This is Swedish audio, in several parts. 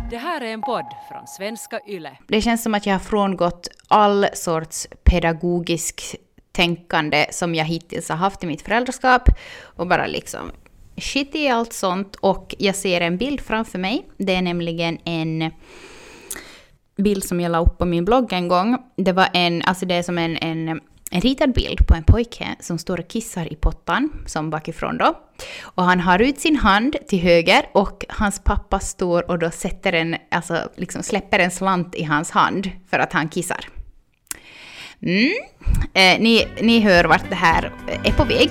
Det här är en podd från Svenska Yle. Det känns som att jag har frångått all sorts pedagogisk tänkande som jag hittills har haft i mitt föräldraskap och bara liksom shit i allt sånt. Och jag ser en bild framför mig. Det är nämligen en bild som jag la upp på min blogg en gång. Det är som en ritad bild på en pojke som står och kissar i pottan, som bakifrån då. Och han har ut sin hand till höger och hans pappa står och då släpper en slant i hans hand för att han kissar. Ni hör vart det här är på väg.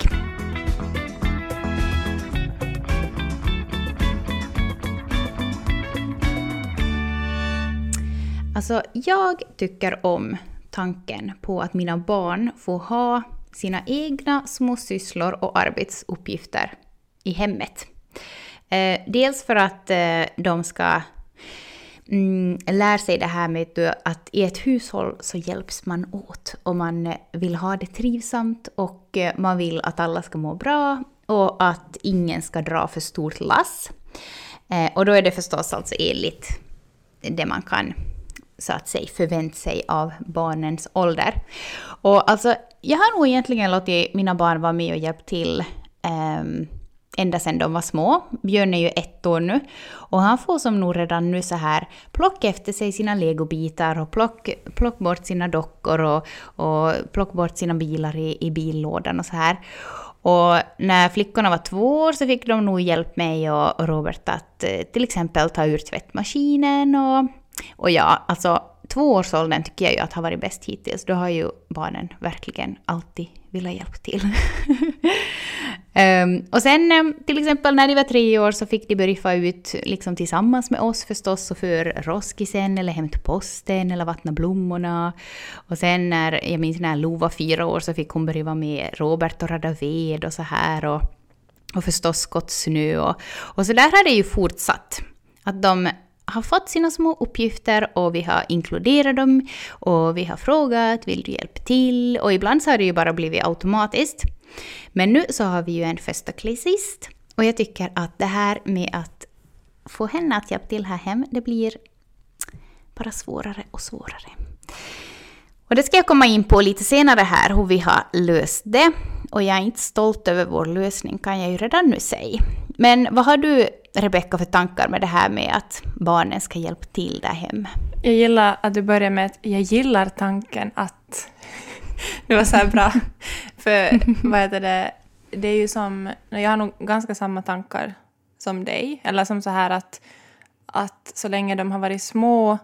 Alltså, jag tycker om tanken på att mina barn får ha sina egna små sysslor och arbetsuppgifter i hemmet. Dels för att de ska lära sig det här med att i ett hushåll så hjälps man åt. Och man vill ha det trivsamt och man vill att alla ska må bra och att ingen ska dra för stort lass. Och då är det förstås alltså enligt det man kan så att säga förvänta sig av barnens ålder. Och alltså, jag har nog egentligen låtit mina barn vara med och hjälpa till ända sedan de var små. Björn är ju 1 år nu. Och han får som nog redan nu så här plocka efter sig sina legobitar och plock bort sina dockor och plock bort sina bilar i billådan och så här. Och när flickorna var 2 år så fick de nog hjälp mig och Robert att till exempel ta ur tvättmaskinen och ja, alltså 2-årsåldern tycker jag ju att har varit bäst hittills. Då har ju barnen verkligen alltid velat hjälpa till. Och sen till exempel när de var 3 år så fick de börja få ut liksom tillsammans med oss förstås och för roskisen eller hämta posten eller vattna blommorna. Och sen när Lo var 4 år så fick hon börja vara med Robert och radda ved och så här och förstås skott snö och så där har det ju fortsatt. Att de har fått sina små uppgifter och vi har inkluderat dem och vi har frågat, vill du hjälpa till? Och ibland så har det ju bara blivit automatiskt. Men nu så har vi ju en förstaklassist och jag tycker att det här med att få henne att hjälpa till här hem, det blir bara svårare och svårare. Och det ska jag komma in på lite senare här, hur vi har löst det. Och jag är inte stolt över vår lösning kan jag ju redan nu säga. Men vad har du, Rebecka, för tankar med det här med att barnen ska hjälpa till där hem? Jag gillar att du börjar med att jag gillar tanken att... Det var så här bra. För vad heter det? Det är ju som... Jag har nog ganska samma tankar som dig. Eller som så här att så länge de har varit små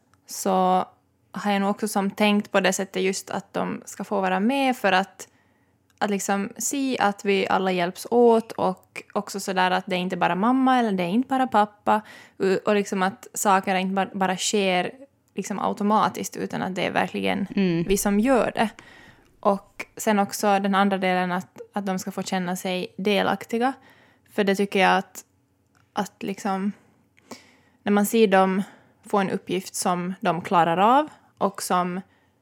så har jag nog också som tänkt på det sättet just att de ska få vara med för att liksom se att vi alla hjälps åt och också sådär att det är inte bara mamma eller det är inte bara pappa och liksom att saker inte bara sker liksom automatiskt utan att det är verkligen vi som gör det. Och sen också den andra delen att de ska få känna sig delaktiga. För det tycker jag att liksom när man ser dem få en uppgift som de klarar av och som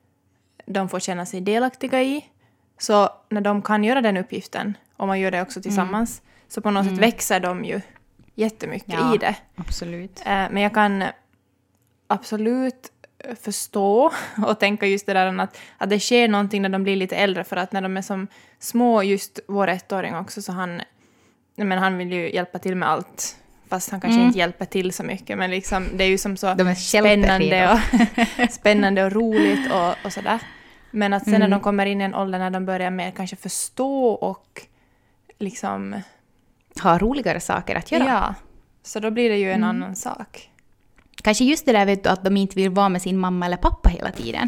de får känna sig delaktiga i. Så när de kan göra den uppgiften, och man gör det också tillsammans, så på något sätt växer de ju jättemycket i det. Absolut. Men jag kan absolut förstå och tänka just det där att det sker någonting när de blir lite äldre. För att när de är som små, just vår 1-åring också, så han vill ju hjälpa till med allt. Fast han kanske inte hjälper till så mycket. Men liksom, det är ju som så spännande och roligt och sådär. Men att sen när de kommer in i en ålder när de börjar mer kanske förstå och liksom... ha roligare saker att göra. Ja, så då blir det ju en annan sak. Kanske just det där vet du, att de inte vill vara med sin mamma eller pappa hela tiden.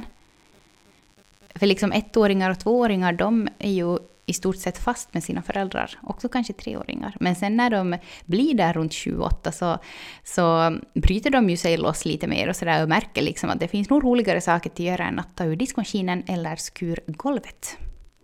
För liksom 1-åringar och 2-åringar, de är ju i stort sett fast med sina föräldrar. Också kanske 3-åringar. Men sen när de blir där runt 28 så bryter de ju sig loss lite mer och sådär och märker liksom att det finns nog roligare saker att göra än att ta ur diskmaskinen eller skur golvet.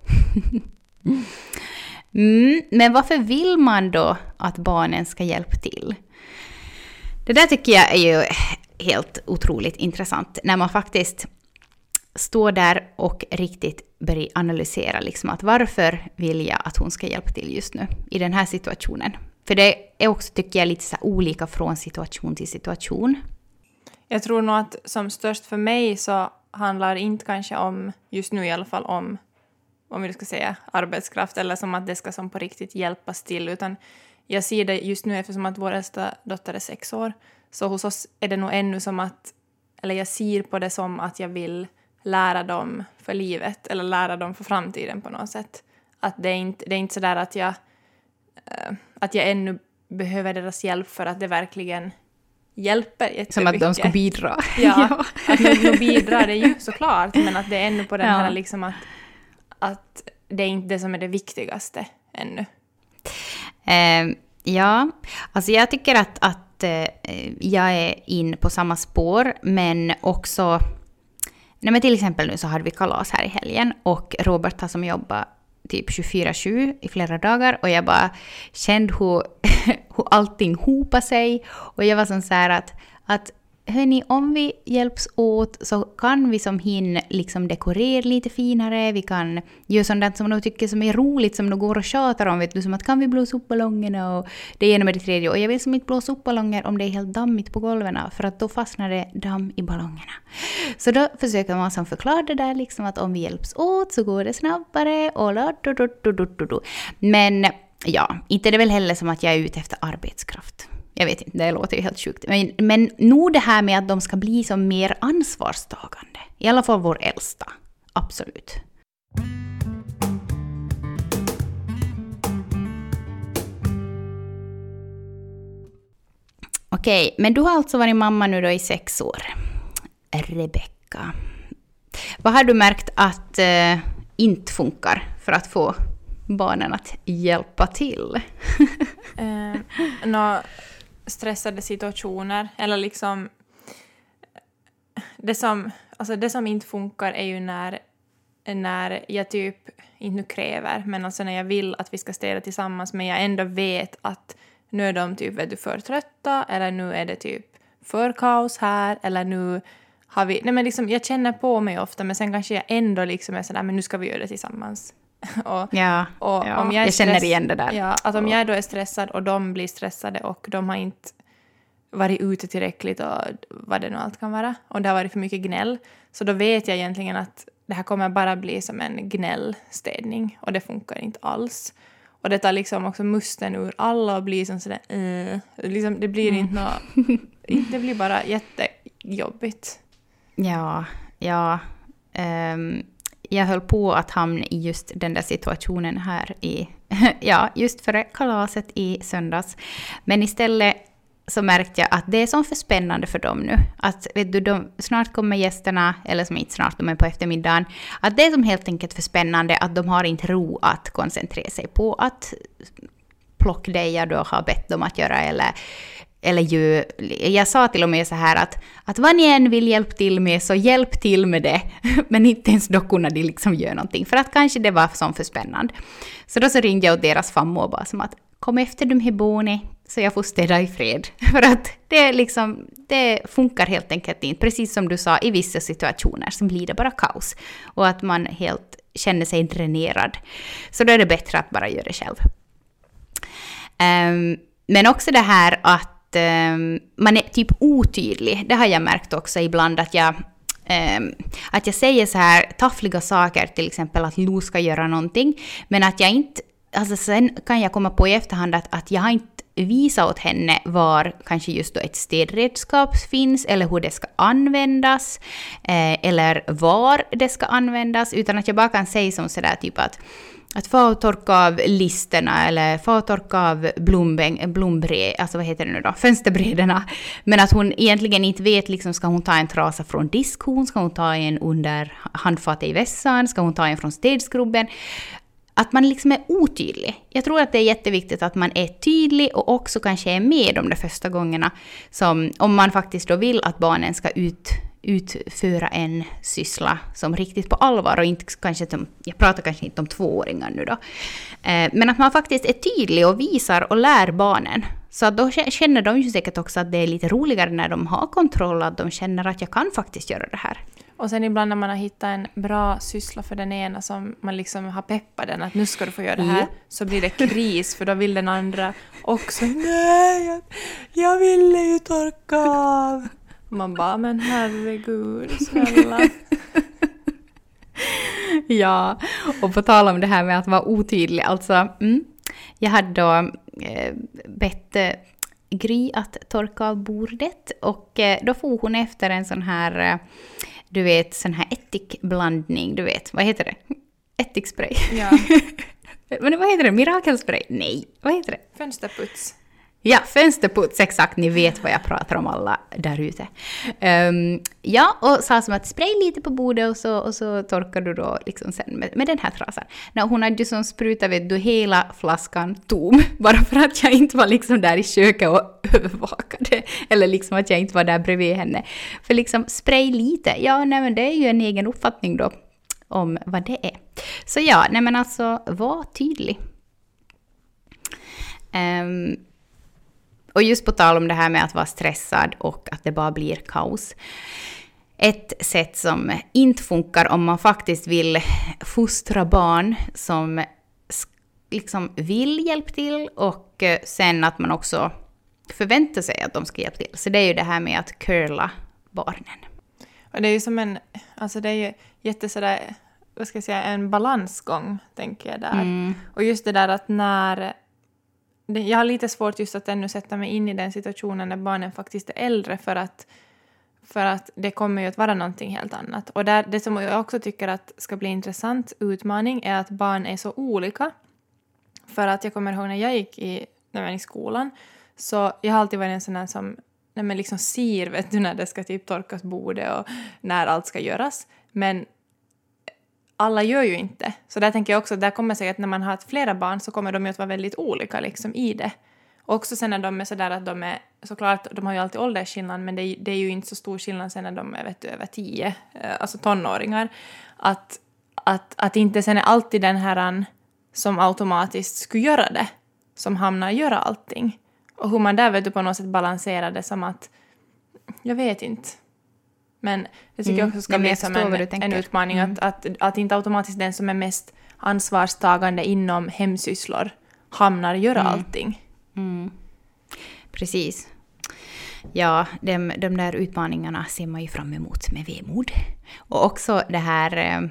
Men varför vill man då att barnen ska hjälpa till? Det där tycker jag är ju helt otroligt intressant när man faktiskt står där och riktigt börjar analysera liksom att varför vill jag att hon ska hjälpa till just nu i den här situationen. För det är också, tycker jag, lite så här olika från situation till situation. Jag tror nog att som störst för mig så handlar det inte kanske om, just nu i alla fall, om vi ska säga arbetskraft eller som att det ska som på riktigt hjälpas till, utan jag ser det just nu eftersom att vår äldsta dotter är 6 år, så hos oss är det nog ännu som att, eller jag ser på det som att jag vill lära dem för livet eller lära dem för framtiden på något sätt. Att det är inte så där att jag ännu behöver deras hjälp för att det verkligen hjälper jättemycket. Som att de ska bidra. Ja, att de bidrar det ju såklart, men att det är ännu på den här liksom att det är inte det som är det viktigaste ännu. Ja, alltså jag tycker att jag är in på samma spår, men också... Nej, men till exempel nu så hade vi kalas här i helgen och Robert har som jobbat typ 24/7 i flera dagar och jag bara kände hur allting hopar sig och jag var så här att hörni, om vi hjälps åt så kan vi som hinna liksom dekorera lite finare, vi kan göra sånt som de tycker som är roligt, som de går och tjatar om, vet du, som att kan vi blåsa upp ballongerna och det ena med det tredje, och jag vill som inte blåsa upp ballonger om det är helt dammigt på golven, för att då fastnar det damm i ballongerna. Så då försöker man som förklara det där liksom att om vi hjälps åt så går det snabbare och men ja, inte är det väl heller som att jag är ute efter arbetskraft. Jag vet inte, det låter ju helt sjukt. Men nog det här med att de ska bli som mer ansvarstagande. I alla fall vår äldsta. Absolut. Okej, men du har alltså varit mamma nu då i 6 år. Rebecka. Vad har du märkt att inte funkar för att få barnen att hjälpa till? Stressade situationer eller liksom det som inte funkar är ju när jag typ inte nu kräver, men alltså när jag vill att vi ska städa tillsammans men jag ändå vet att nu är de typ för trötta eller nu är det typ för kaos här eller nu har vi, nej men liksom jag känner på mig ofta men sen kanske jag ändå liksom är sådär men nu ska vi göra det tillsammans. Om jag känner igen det där. Ja, att om jag då är stressad och de blir stressade och de har inte varit ute tillräckligt och vad det nu allt kan vara och det har varit för mycket gnäll, så då vet jag egentligen att det här kommer bara bli som en gnällstädning och det funkar inte alls. Och det tar liksom också musten ur alla och blir som sådär liksom, det blir inte något, det blir bara jättejobbigt. Ja. Jag höll på att hamna i just den där situationen här just före kalaset i söndags. Men istället så märkte jag att det är så för spännande för dem nu. Att vet du, snart kommer gästerna, eller som inte snart, de är på eftermiddagen. Att det är som helt enkelt för spännande att de har inte ro att koncentrera sig på att plocka det jag då har bett dem att göra eller ju, jag sa till och med så här att vad ni än vill hjälpa till med så hjälp till med det. Men inte ens då kunde de liksom göra någonting. För att kanske det var som för spännande. Så då så ringde jag åt deras famma och bara som att kom efter de här barnen så jag får städa i fred. För att det funkar helt enkelt inte. Precis som du sa, i vissa situationer så blir det bara kaos. Och att man helt känner sig dränerad. Så då är det bättre att bara göra det själv. Men också det här att man är typ otydlig. Det har jag märkt också ibland att jag säger så här taffliga saker, till exempel att Lo ska göra någonting, men att jag inte, alltså sen kan jag komma på i efterhand att jag har inte visat åt henne var kanske just då ett städredskap finns eller hur det ska användas eller var det ska användas, utan att jag bara kan säga som sådär typ att få torka av listerna eller få torka av blombred, alltså vad heter det nu då, fönsterbredena. Men att hon egentligen inte vet, liksom, ska hon ta en trasa från diskhon, ska hon ta en under handfatet i vässan, ska hon ta en från städskrubben. Att man liksom är otydlig. Jag tror att det är jätteviktigt att man är tydlig och också kanske är med de där första gångerna. Som, om man faktiskt då vill att barnen ska utföra en syssla som riktigt på allvar och inte kanske jag pratar kanske inte om 2-åringar nu då. Men att man faktiskt är tydlig och visar och lär barnen. Så då känner de ju säkert också att det är lite roligare när de har kontroll, att de känner att jag kan faktiskt göra det här. Och sen ibland när man har hittat en bra syssla för den ena som man liksom har peppat den att nu ska du få göra det här, så blir det kris för då vill den andra också nej, jag ville ju torka av. Man bara, men herregud, snälla. Ja, och på tal om det här med att vara otydlig, alltså jag hade då bett Gry att torka av bordet och då får hon efter en sån här, du vet, sån här ättikblandning, du vet, vad heter det? Ättikspray. Ja. Men vad heter det? Mirakelspray? Nej, vad heter det? Fönsterputs. Ja, fönsterputs, exakt. Ni vet vad jag pratar om alla där ute. Ja, och sa som att spray lite på bordet och så torkar du då liksom sen med den här trasan. Hon hade ju som sprutat, vet du, hela flaskan tom. Bara för att jag inte var liksom där i köket och övervakade. Eller liksom att jag inte var där bredvid henne. För liksom spray lite, ja, nej men det är ju en egen uppfattning då om vad det är. Så ja, nej men alltså, var tydlig. Och just på tal om det här med att vara stressad och att det bara blir kaos. Ett sätt som inte funkar om man faktiskt vill fostra barn som liksom vill hjälpa till och sen att man också förväntar sig att de ska hjälpa till. Så det är ju det här med att curla barnen. Och det är ju som alltså det är ju jättesådär, vad ska jag säga, en balansgång, tänker jag där. Och just det där att jag har lite svårt just att ännu sätta mig in i den situationen när barnen faktiskt är äldre för att det kommer ju att vara någonting helt annat. Och det som jag också tycker att ska bli intressant utmaning är att barn är så olika. För att jag kommer ihåg när jag gick i skolan, så jag har alltid varit en sån här som liksom ser, vet du, när det ska typ torkas bordet och när allt ska göras. Men alla gör ju inte. Så där tänker jag också, där kommer säkert att när man har flera barn så kommer de ju att vara väldigt olika liksom i det. Och också sen när de är sådär att de är, såklart, de har ju alltid åldersskillnad, men det är ju inte så stor skillnad sen när de är, vet du, över 10, alltså tonåringar. Att inte sen är alltid den här som automatiskt skulle göra det, som hamnar göra allting. Och hur man där, vet du, på något sätt balanserar det som att, jag vet inte. Men det tycker jag också ska bli som en utmaning att inte automatiskt den som är mest ansvarstagande inom hemsysslor hamnar göra allting. Precis. Ja, de där utmaningarna ser man ju fram emot med vemod. Och också det här,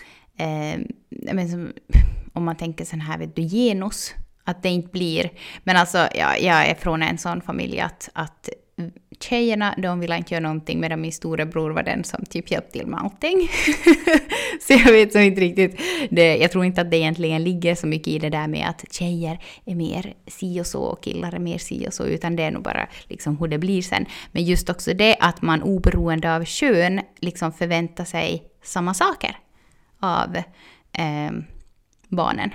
om man tänker sån här, vet du, genus, att det inte blir, men alltså jag är från en sån familj att tjejerna, de vill inte göra någonting, medan min storebror var den som typ hjälpte till med allting. Så jag vet så inte riktigt. Jag tror inte att det egentligen ligger så mycket i det där med att tjejer är mer si och så och killar är mer si och så, utan det är nog bara liksom hur det blir sen. Men just också det att man oberoende av kön liksom förväntar sig samma saker av barnen.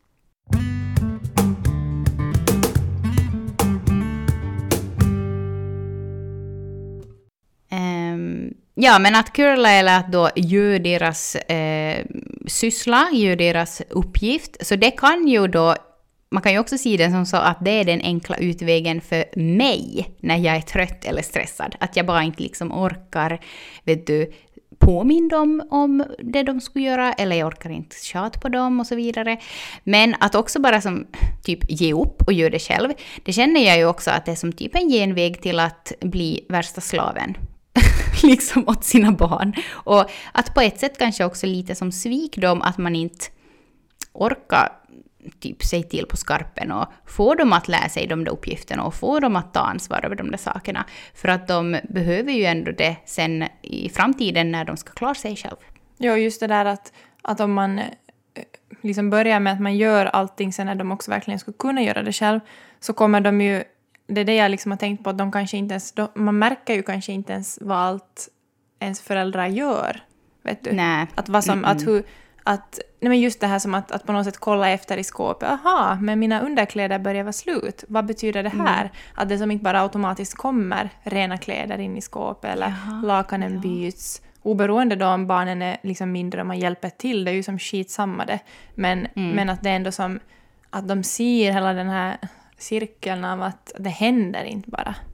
Ja, men att curla eller att då göra deras syssla, göra deras uppgift. Så det kan ju då, man kan ju också se det som så att det är den enkla utvägen för mig när jag är trött eller stressad. Att jag bara inte liksom orkar, vet du, påminna dem om det de ska göra, eller jag orkar inte tjata på dem och så vidare. Men att också bara som typ ge upp och göra det själv, det känner jag ju också att det är som typ en genväg till att bli värsta slaven. Liksom åt sina barn. Och att på ett sätt kanske också lite som svik dem att man inte orkar typ säga till på skarpen och få dem att lära sig de där uppgifterna och få dem att ta ansvar över de där sakerna. För att de behöver ju ändå det sen i framtiden när de ska klara sig själv. Ja, just det där att om man liksom börjar med att man gör allting sen när de också verkligen skulle kunna göra det själv, så kommer de ju, det är det jag liksom har tänkt på, att de kanske inte ens, man märker ju kanske inte ens vad allt ens föräldrar gör, vet du? Nej. Att vad som, nej men just det här som att på något sätt kolla efter i skåpet. Aha, men mina underkläder börjar vara slut. Vad betyder det här? Att det som inte bara automatiskt kommer rena kläder in i skåpet eller lakanen byts. Oberoende då om barnen är liksom mindre och man hjälper till. Det är ju som skitsamma det. Men att det är ändå som att de ser hela den här cirkeln av att det händer inte bara.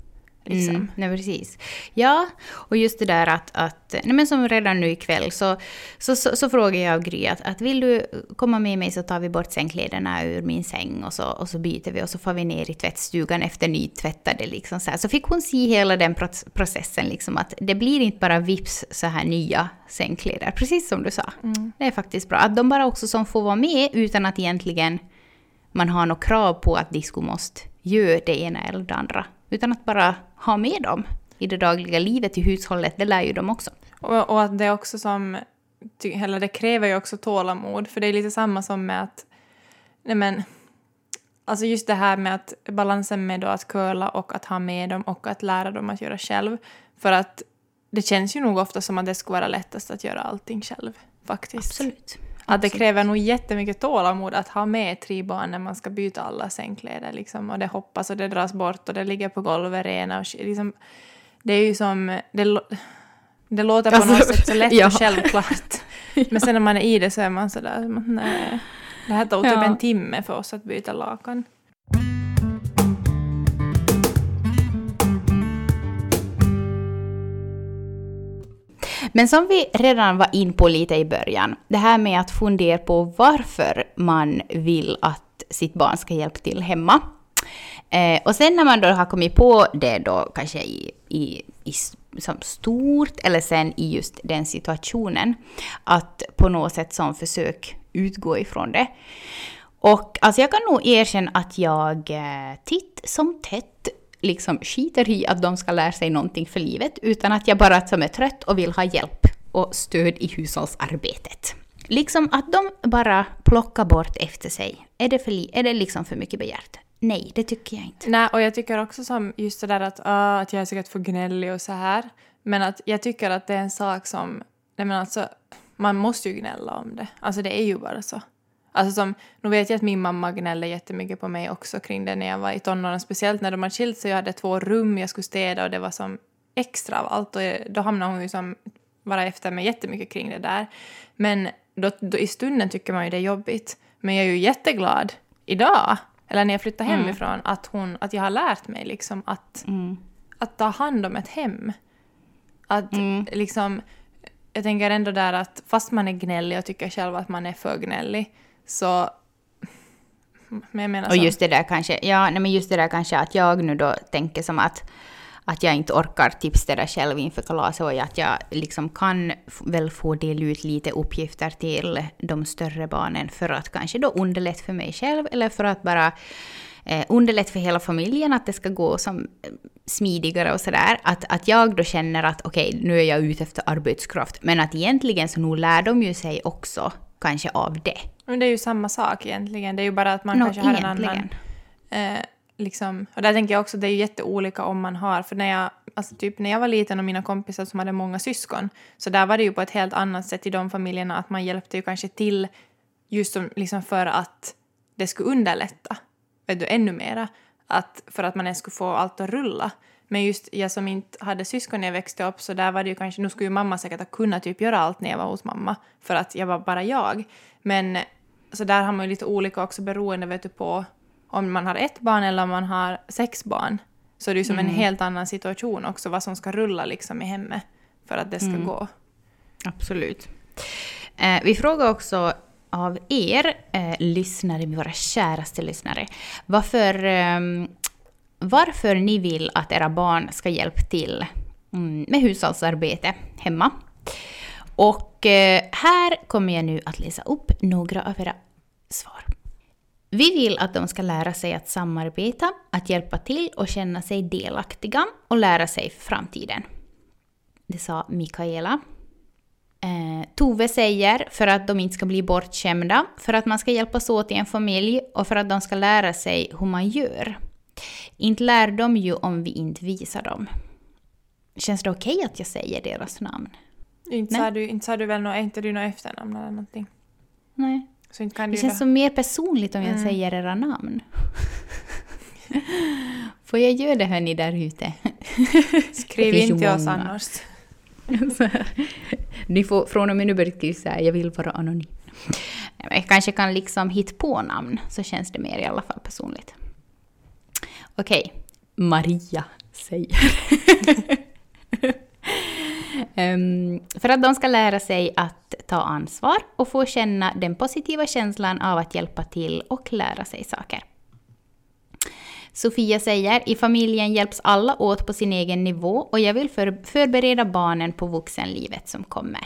Liksom. Nej, precis. Ja, och just det där att nej, men som redan nu ikväll så frågar jag Gry att vill du komma med mig så tar vi bort sängkläderna ur min säng och så byter vi och så får vi ner i tvättstugan efter nytvättade. Liksom så här. Så fick hon se hela den processen, liksom, att det blir inte bara vips så här nya sängkläder, precis som du sa. Det är faktiskt bra. Att de bara också som får vara med utan att egentligen man har något krav på att de måste göra det ena eller det andra. Utan att bara ha med dem i det dagliga livet i hushållet, det lär ju de också. Och att det är också som, eller det kräver ju också tålamod. För det är lite samma som med att, nej men, alltså just det här med att balansen med då att curla och att ha med dem och att lära dem att göra själv. För att det känns ju nog ofta som att det skulle vara lättast att göra allting själv, faktiskt. Absolut. Att det kräver nog jättemycket tålamod att ha med 3 barn när man ska byta alla sängkläder. Liksom. Och det hoppas och det dras bort och det ligger på golvet rena. Och liksom, det är ju som, det låter på något sätt så lätt och självklart. Men sen när man är i det så är man sådär, nej, det här tog typ en timme för oss att byta lakan. Men som vi redan var in på lite i början, det här med att fundera på varför man vill att sitt barn ska hjälpa till hemma. Och sen när man då har kommit på det då kanske i som stort eller sen i just den situationen, att på något sätt som försök utgå ifrån det. Och alltså jag kan nog erkänna att jag titt som tätt liksom skiter i att de ska lära sig någonting för livet, utan att jag bara som är trött och vill ha hjälp och stöd i hushållsarbetet. Liksom att de bara plockar bort efter sig. Är det liksom för mycket begärt? Nej, det tycker jag inte. Nej, och jag tycker också som just det där att jag är säkert för gnällig och så här. Men att jag tycker att det är en sak som, nej men alltså, man måste ju gnälla om det. Alltså det är ju bara så. Alltså som, nu vet jag att min mamma gnällde jättemycket på mig också kring det när jag var i tonåren. Speciellt när de hade skilt sig. Jag hade 2 rum jag skulle städa och det var som extra av allt. Och då hamnade hon ju som vara efter mig jättemycket kring det där. Men då i stunden tycker man ju det är jobbigt. Men jag är ju jätteglad idag, eller när jag flyttar hemifrån, att jag har lärt mig liksom att ta hand om ett hem. Att liksom, jag tänker ändå där att fast man är gnällig och tycker själv att man är för gnällig, så men jag menar och just det där kanske, men just det där kanske att jag nu då tänker som att jag inte orkar tipsa det där själv inför kalaset, och att jag liksom kan väl få dela ut lite uppgifter till de större barnen för att kanske då underlätta för mig själv, eller för att bara underlätta för hela familjen, att det ska gå som smidigare och sådär. Att jag då känner att okej, nu är jag ute efter arbetskraft, men att egentligen så nog lär de ju sig också kanske av det. Men det är ju samma sak egentligen. Det är ju bara att man kanske har en annan liksom, och där tänker jag också, det är ju jätteolika om man har, för när jag var liten och mina kompisar som hade många syskon, så där var det ju på ett helt annat sätt i de familjerna, att man hjälpte ju kanske till just som, liksom för att det skulle underlätta, vet du, ännu mera, för att man ens skulle få allt att rulla. Men just jag som inte hade syskon när jag växte upp, så där var det ju kanske, nu skulle ju mamma säkert ha kunnat typ göra allt när jag var hos mamma, för att jag var bara jag. Men så där har man ju lite olika också beroende, vet du, på om man har 1 barn eller om man har 6 barn. Så är det ju som en helt annan situation också, vad som ska rulla liksom i hemmet för att det ska gå. Absolut. Vi frågar också av er lyssnare, våra käraste lyssnare, varför ni vill att era barn ska hjälpa till med hushållsarbete hemma. Och här kommer jag nu att läsa upp några av era svar. Vi vill att de ska lära sig att samarbeta, att hjälpa till och känna sig delaktiga och lära sig för framtiden. Det sa Mikaela. Tove säger för att de inte ska bli bortskämda, för att man ska hjälpas åt i en familj och för att de ska lära sig hur man gör. Inte lär de ju om vi inte visar dem. Känns det okej att jag säger deras namn? Inte sa du väl något, är inte du något efternamn eller någonting? Nej. Så inte kan det du känns så mer personligt om jag säger era namn. Får jag göra det, hörni, där ute? Skriv inte till oss annars. Ni får från och med nu börja säga jag vill vara anonym. Jag kanske kan liksom hitta på namn, så känns det mer i alla fall personligt. Okej, Maria säger. För att de ska lära sig att ta ansvar och få känna den positiva känslan av att hjälpa till och lära sig saker. Sofia säger, i familjen hjälps alla åt på sin egen nivå och jag vill förbereda barnen på vuxenlivet som kommer.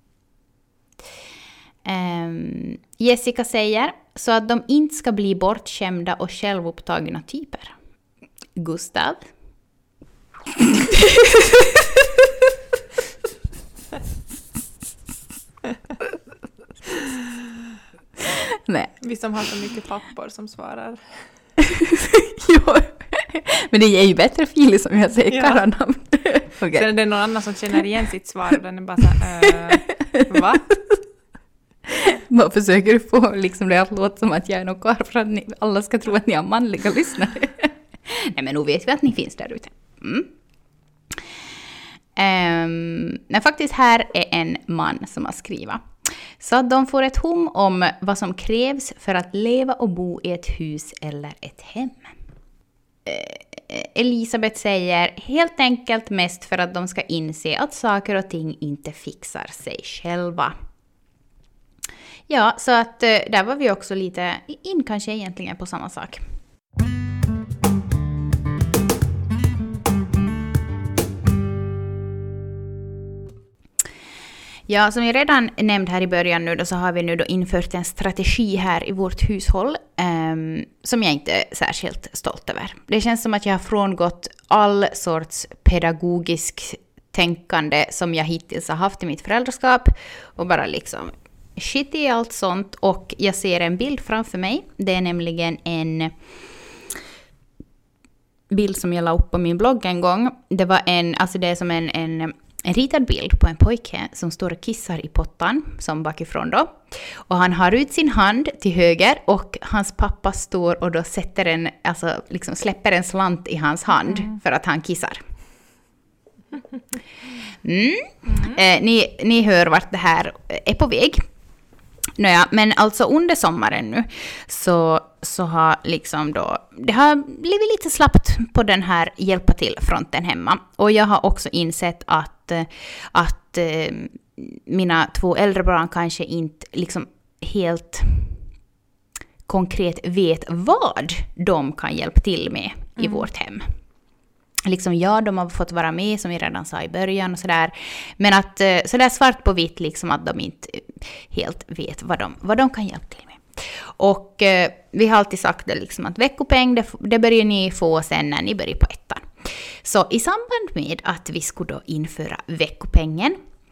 Jessica säger, så att de inte ska bli bortskämda och självupptagna typer. Gustav? Nej. Vi som har så mycket pappor som svarar. Jo. Men det är ju bättre Fili som jag säger karranamn. Okay. Sen är det någon annan som känner igen sitt svar och den är bara så här, va? Vad försöker du få liksom det att låta som att jag är någon karl för att alla ska tro att ni har manliga lyssnare? Nej, men nu vet vi att ni finns där ute. Men faktiskt här är en man som har skrivit. Så att de får ett hum om vad som krävs för att leva och bo i ett hus eller ett hem. Elisabeth säger, helt enkelt mest för att de ska inse att saker och ting inte fixar sig själva. Ja, så att där var vi också lite in kanske egentligen på samma sak. Ja, som jag redan nämnde här i början nu då, så har vi nu då infört en strategi här i vårt hushåll som jag inte är särskilt stolt över. Det känns som att jag har frångått all sorts pedagogisk tänkande som jag hittills har haft i mitt föräldraskap och bara liksom shit i allt sånt. Och jag ser en bild framför mig. Det är nämligen en bild som jag la upp på min blogg en gång. Det är som en ritad bild på en pojke som står och kissar i pottan, som bakifrån då. Och han har ut sin hand till höger och hans pappa står och då släpper en slant i hans hand för att han kissar. Ni hör vart det här är på väg. Nåja, men alltså under sommaren nu så har liksom då, det har blivit lite slappt på den här hjälpa till-fronten hemma. Och jag har också insett att mina 2 äldre barn kanske inte liksom helt konkret vet vad de kan hjälpa till med i vårt hem. Liksom de har fått vara med som vi redan sa i början och sådär. Men att sådär svart på vitt liksom att de inte helt vet vad de kan hjälpa till med. Och vi har alltid sagt det liksom att veckopeng det börjar ni få sen när ni börjar på 1:an. Så i samband med att vi skulle då införa veckopengen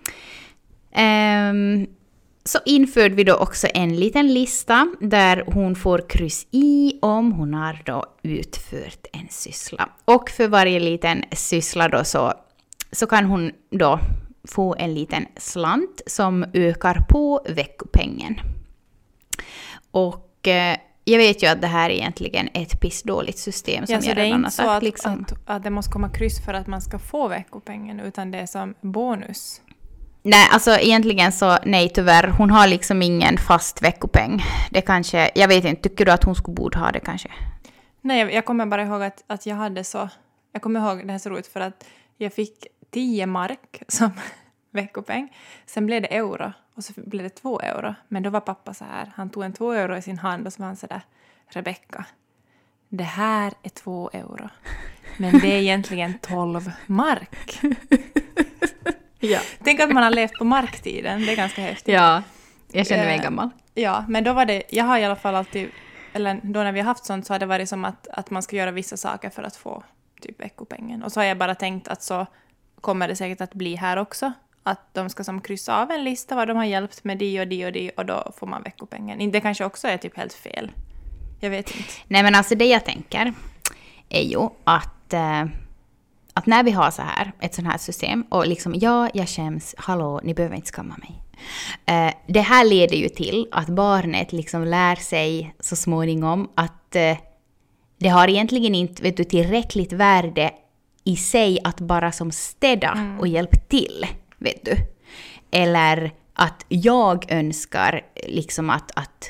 så införde vi då också en liten lista där hon får kryss i om hon har då utfört en syssla. Och för varje liten syssla då så kan hon då få en liten slant som ökar på veckopengen. Och jag vet ju att det här är egentligen ett pissdåligt system som jag redan har sagt. Så det är inte så att det måste komma kryss för att man ska få veckopengen, utan det är som bonus. Nej, alltså egentligen så nej tyvärr. Hon har liksom ingen fast veckopeng. Det kanske, jag vet inte, tycker du att hon borde ha det kanske? Nej, jag kommer bara ihåg att jag hade så. Jag kommer ihåg det här så roligt för att jag fick 10 mark som veckopeng. Sen blev det euro och så blev det 2 euro. Men då var pappa så här, han tog en 2 euro i sin hand och så var han så där, Rebecka, det här är 2 euro. Men det är egentligen 12 mark. Ja. Tänk att man har levt på marktiden, det är ganska häftigt. Ja, jag känner mig gammal. Ja, men då var det, jag har i alla fall alltid, eller då när vi har haft sånt så har det varit som att man ska göra vissa saker för att få typ veckopengen. Och så har jag bara tänkt att så kommer det säkert att bli här också. Att de ska som kryssa av en lista vad de har hjälpt med det och då får man veckopengen. Det kanske också är typ helt fel. Jag vet inte. Nej, men alltså det jag tänker är ju att när vi har så här, ett sånt här system och liksom, jag skäms, hallå, ni behöver inte skamma mig. Det här leder ju till att barnet liksom lär sig så småningom att det har egentligen inte tillräckligt värde i sig att bara som städa och hjälpa till, vet du. Eller att jag önskar liksom att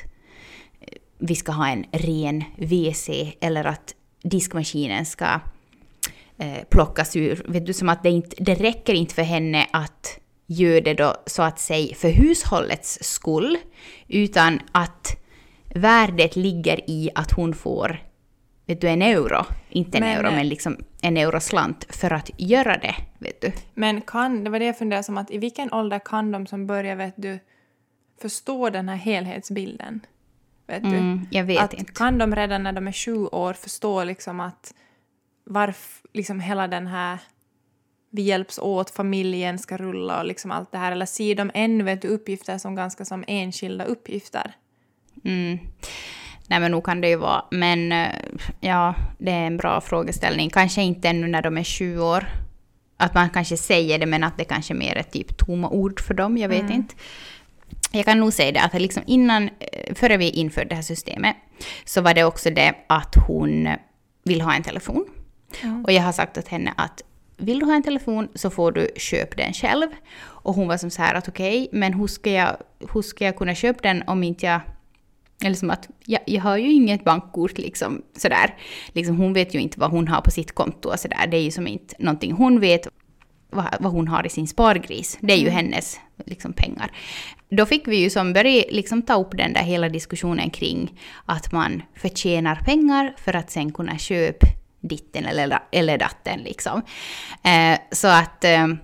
vi ska ha en ren WC eller att diskmaskinen ska plockas ur. Vet du, som att det räcker inte för henne att göra det då så att säga för hushållets skull, utan att värdet ligger i att hon får, vet du, en euro, inte en euro, men liksom en euroslant för att göra det, vet du. Men det var det jag funderade som, att i vilken ålder kan de som börjar, vet du, förstå den här helhetsbilden? Vet du? Jag vet att inte. Kan de redan när de är 7 år förstå liksom att varför liksom hela den här vi hjälps åt, familjen ska rulla och liksom allt det här, eller ser de ännu, vet du, uppgifter som ganska som enskilda uppgifter? Nej, men nog kan det ju vara. Men ja, det är en bra frågeställning. Kanske inte ännu när de är 20 år. Att man kanske säger det, men att det kanske mer är typ tomma ord för dem. Jag vet inte. Jag kan nog säga det att liksom före vi införde det här systemet så var det också det att hon vill ha en telefon. Och jag har sagt åt henne att vill du ha en telefon så får du köpa den själv. Och hon var som så här att okej, men hur ska jag kunna köpa den om inte jag... Eller som att jag har ju inget bankkort liksom sådär. Liksom, hon vet ju inte vad hon har på sitt konto och sådär. Det är ju som inte någonting hon vet vad hon har i sin spargris. Det är ju hennes liksom pengar. Då fick vi ju som börja liksom ta upp den där hela diskussionen kring att man förtjänar pengar för att sen kunna köpa ditten eller datten liksom. Så att...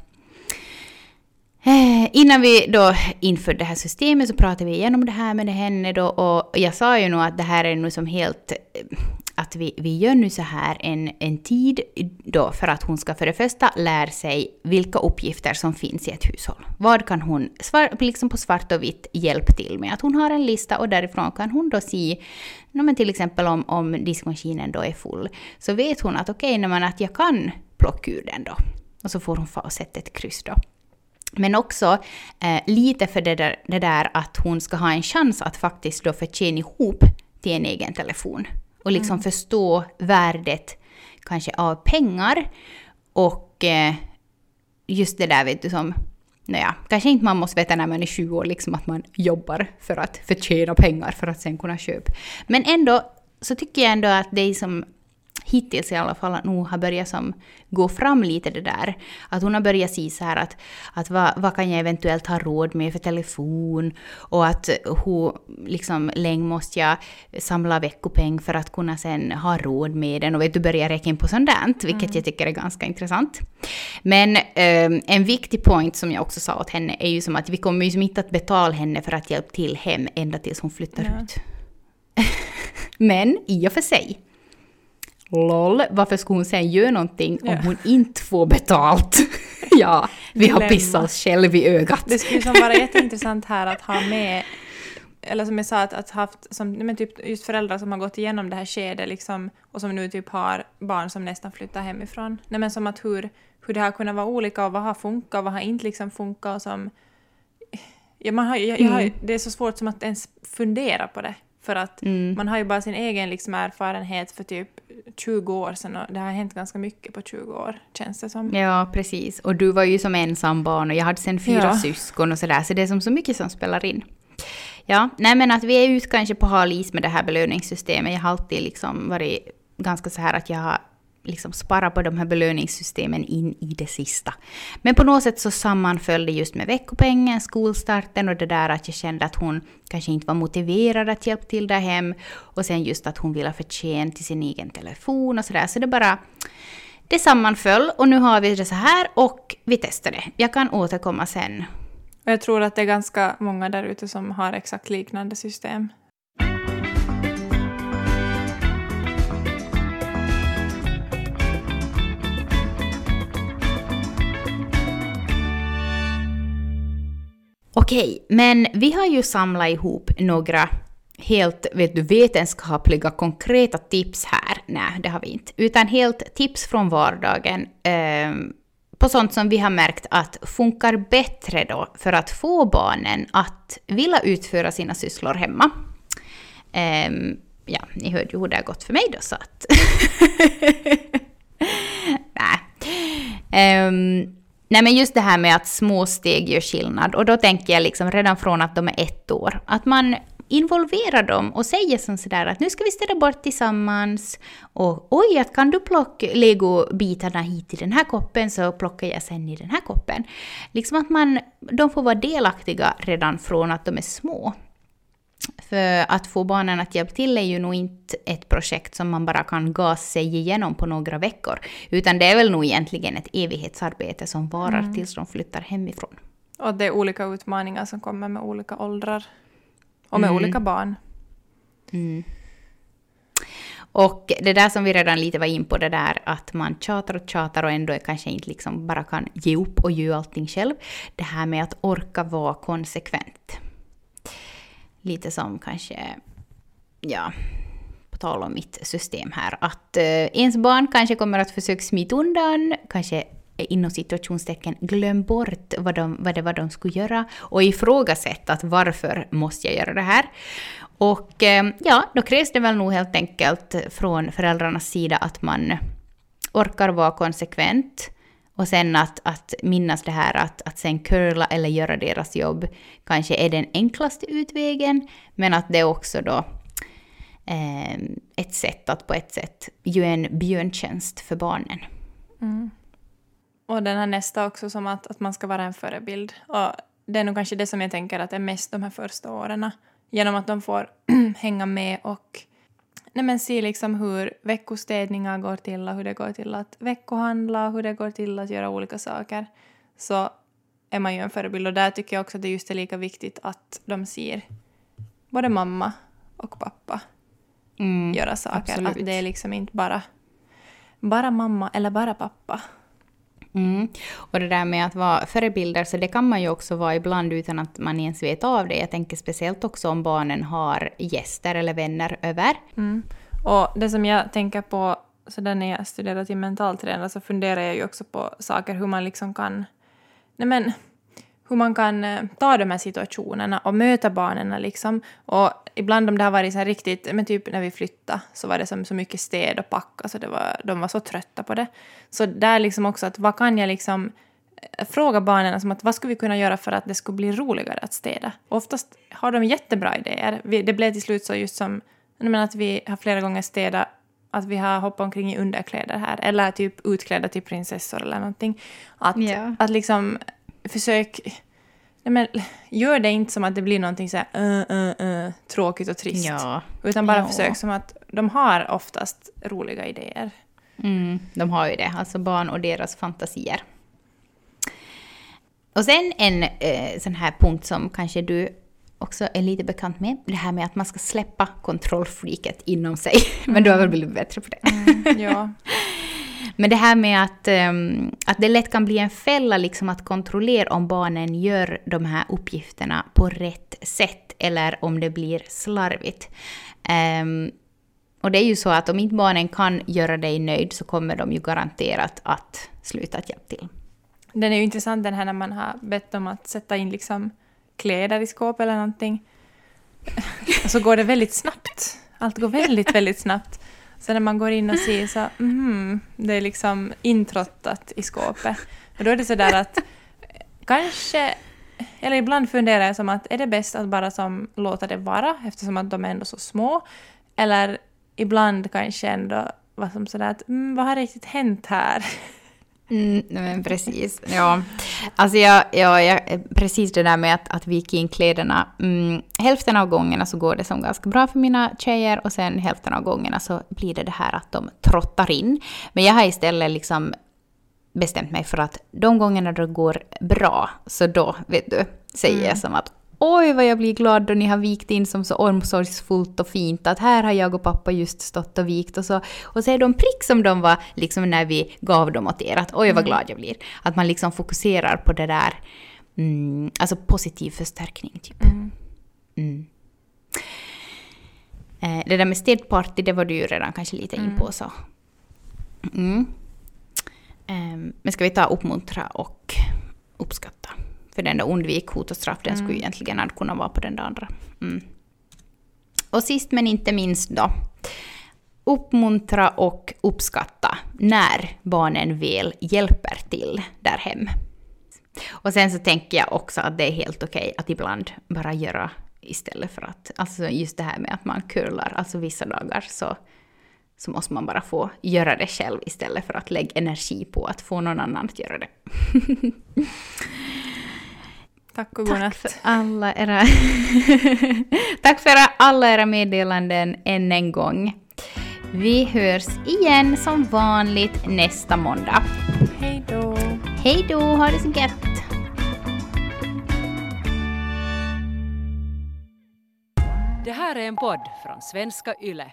Innan vi då införde det här systemet så pratade vi igenom det här med henne då, och jag sa ju nog att det här är nu som helt, att vi gör nu så här en tid då för att hon ska för det första lära sig vilka uppgifter som finns i ett hushåll. Vad kan hon liksom på svart och vitt hjälpa till med? Att hon har en lista och därifrån kan hon då se, men till exempel om diskmaskinen då är full, så vet hon att okej, att jag kan plocka ur den då. Och så får hon få sätta ett kryss då. Men också lite för det där att hon ska ha en chans att faktiskt då förtjäna ihop till en egen telefon. Och liksom förstå värdet kanske av pengar. Och just det där, vet du, som... kanske inte man måste veta när man är 20 år liksom att man jobbar för att förtjäna pengar för att sen kunna köpa. Men ändå så tycker jag ändå att det är som... hittills i alla fall att nog har börjat som gå fram lite det där. Att hon har börjat säga så här att vad kan jag eventuellt ha råd med för telefon, och att hur liksom länge måste jag samla veckopeng för att kunna sen ha råd med den, och vet du, börja räkna in på sånt där, vilket jag tycker är ganska intressant. Men en viktig point som jag också sa åt henne är ju som att vi kommer ju som inte att betala henne för att hjälpa till hem ända tills hon flyttar ut. Men i och för sig, varför skulle hon sen göra någonting om hon inte får betalt? Ja, vi har pissat oss själv i ögat. Det skulle som vara jätteintressant här att ha med, eller som jag sa, att haft som, men typ just föräldrar som har gått igenom det här skedet liksom, och som nu typ har barn som nästan flyttar hemifrån. Nej, men som att hur det har kunnat vara olika, och vad har funkat och vad har inte liksom funkat, och som... det är så svårt som att ens fundera på det. För att man har ju bara sin egen liksom erfarenhet för typ 20 år sedan, och det har hänt ganska mycket på 20 år, känns det som. Ja, precis. Och du var ju som ensam barn och jag hade sen 4 syskon och sådär, så det är som så mycket som spelar in. Ja, nej, men att vi är ute kanske på hal is med det här belöningssystemet. Jag har alltid liksom varit ganska så här att jag har liksom spara på de här belöningssystemen in i det sista. Men på något sätt så sammanföll det just med veckopengen, skolstarten och det där att jag kände att hon kanske inte var motiverad att hjälpa till där hem, och sen just att hon ville förtjäna till sin egen telefon och sådär. Så det sammanföll, och nu har vi det så här och vi testar det. Jag kan återkomma sen. Jag tror att det är ganska många där ute som har exakt liknande system. Okej, men vi har ju samlat ihop några helt vetenskapliga, konkreta tips här. Nej, det har vi inte. Utan helt tips från vardagen på sånt som vi har märkt att funkar bättre då för att få barnen att vilja utföra sina sysslor hemma. Ja, ni hörde ju hur det har gått för mig då, så att... Nej, men just det här med att små steg gör skillnad. Och då tänker jag liksom redan från att de är 1 år. Att man involvera dem och säga sådär att nu ska vi städa bort tillsammans och oj, att kan du plocka legobitarna hit i den här koppen så plockar jag sen i den här koppen. Liksom att de får vara delaktiga redan från att de är små. För att få barnen att hjälpa till är ju nog inte ett projekt som man bara kan gasa sig igenom på några veckor. Utan det är väl nog egentligen ett evighetsarbete som varar tills de flyttar hemifrån. Och det är olika utmaningar som kommer med olika åldrar. Och med olika barn. Mm. Och det där som vi redan lite var in på, det där att man tjatar och ändå kanske inte liksom bara kan ge upp och göra allting själv. Det här med att orka vara konsekvent. Lite som kanske, ja, på tal om mitt system här, att ens barn kanske kommer att försöka smita undan, kanske inom situationstecken glöm bort vad det var de skulle göra och ifrågasätta att varför måste jag göra det här. Och ja, då krävs det väl nog helt enkelt från föräldrarnas sida att man orkar vara konsekvent. Och sen att minnas det här att sen curla eller göra deras jobb kanske är den enklaste utvägen. Men att det är också då ett sätt att på ett sätt göra en björntjänst för barnen. Mm. Och den här nästa också som att man ska vara en förebild. Och det är nog kanske det som jag tänker att är mest de här första åren. Genom att de får hänga med och se liksom hur veckostädningar går till och hur det går till att veckohandla och hur det går till att göra olika saker. Så är man ju en förebild. Och där tycker jag också att det just är lika viktigt att de ser både mamma och pappa göra saker. Absolut. Att det är liksom inte bara mamma eller bara pappa. Mm. Och det där med att vara förebilder, så det kan man ju också vara ibland utan att man ens vet av det. Jag tänker speciellt också om barnen har gäster eller vänner över. Mm. Och det som jag tänker på, så när jag studerar till mentaltränare så funderar jag ju också på saker hur man liksom kan hur man kan ta de här situationerna och möta barnen liksom. Och ibland om det har varit så här riktigt, men typ när vi flyttade så var det som så mycket städ och packa, så de var så trötta på det. Så där liksom också att vad kan jag liksom fråga barnen som att vad skulle vi kunna göra för att det skulle bli roligare att städa. Och oftast har de jättebra idéer. Det blev till slut så just som att vi har flera gånger städat att vi har hoppat omkring i underkläder här eller typ utklädda till prinsessor eller någonting. Att liksom försök gör det inte som att det blir någonting så här tråkigt och trist. Ja. Utan bara försök som att de har oftast roliga idéer. De har ju det, alltså barn och deras fantasier. Och sen en sån här punkt som kanske du också är lite bekant med. Det här med att man ska släppa kontrollfreaket inom sig. Men du har väl blivit bättre på det. Ja. Men det här med att det lätt kan bli en fälla liksom att kontrollera om barnen gör de här uppgifterna på rätt sätt eller om det blir slarvigt. Och det är ju så att om inte barnen kan göra dig nöjd så kommer de ju garanterat att sluta att hjälpa till. Den är ju intressant den här när man har bett dem att sätta in liksom kläder i skåp eller någonting. Och så går det väldigt snabbt. Allt går väldigt, väldigt snabbt. Så när man går in och ser så det är liksom introttat i skåpet. Och då är det så där att kanske, eller ibland funderar jag som att är det bäst att bara som låta det vara eftersom att de är ändå så små. Eller ibland kanske ändå vara som sådär att vad har riktigt hänt här? Men precis, ja. Alltså precis det där med att vika in kläderna. Hälften av gångerna så går det som ganska bra för mina tjejer och sen hälften av gångerna så blir det här att de trottar in. Men jag har istället liksom bestämt mig för att de gångerna det går bra så då, vet du, säger jag som att oj vad jag blir glad då ni har vikt in som så omsorgsfullt och fint att här har jag och pappa just stått och vikt och så är de prick som de var liksom när vi gav dem åt er att oj vad glad jag blir. Att man liksom fokuserar på det där alltså positiv förstärkning typ. Det där med städparty det var du ju redan kanske lite in på så. Men ska vi ta uppmuntra och uppskatta? För den där undvik, hot och straff, den skulle egentligen aldrig kunna vara på den där andra. Och sist men inte minst då. Uppmuntra och uppskatta när barnen väl hjälper till där hem. Och sen så tänker jag också att det är helt okej att ibland bara göra istället för att, alltså just det här med att man curlar, alltså vissa dagar så måste man bara få göra det själv istället för att lägga energi på att få någon annan att göra det. Tack och godnatt. Tack för alla era meddelanden än en gång. Vi hörs igen som vanligt nästa måndag. Hej då. Hej då, ha det så gött. Det här är en podd från Svenska Yle.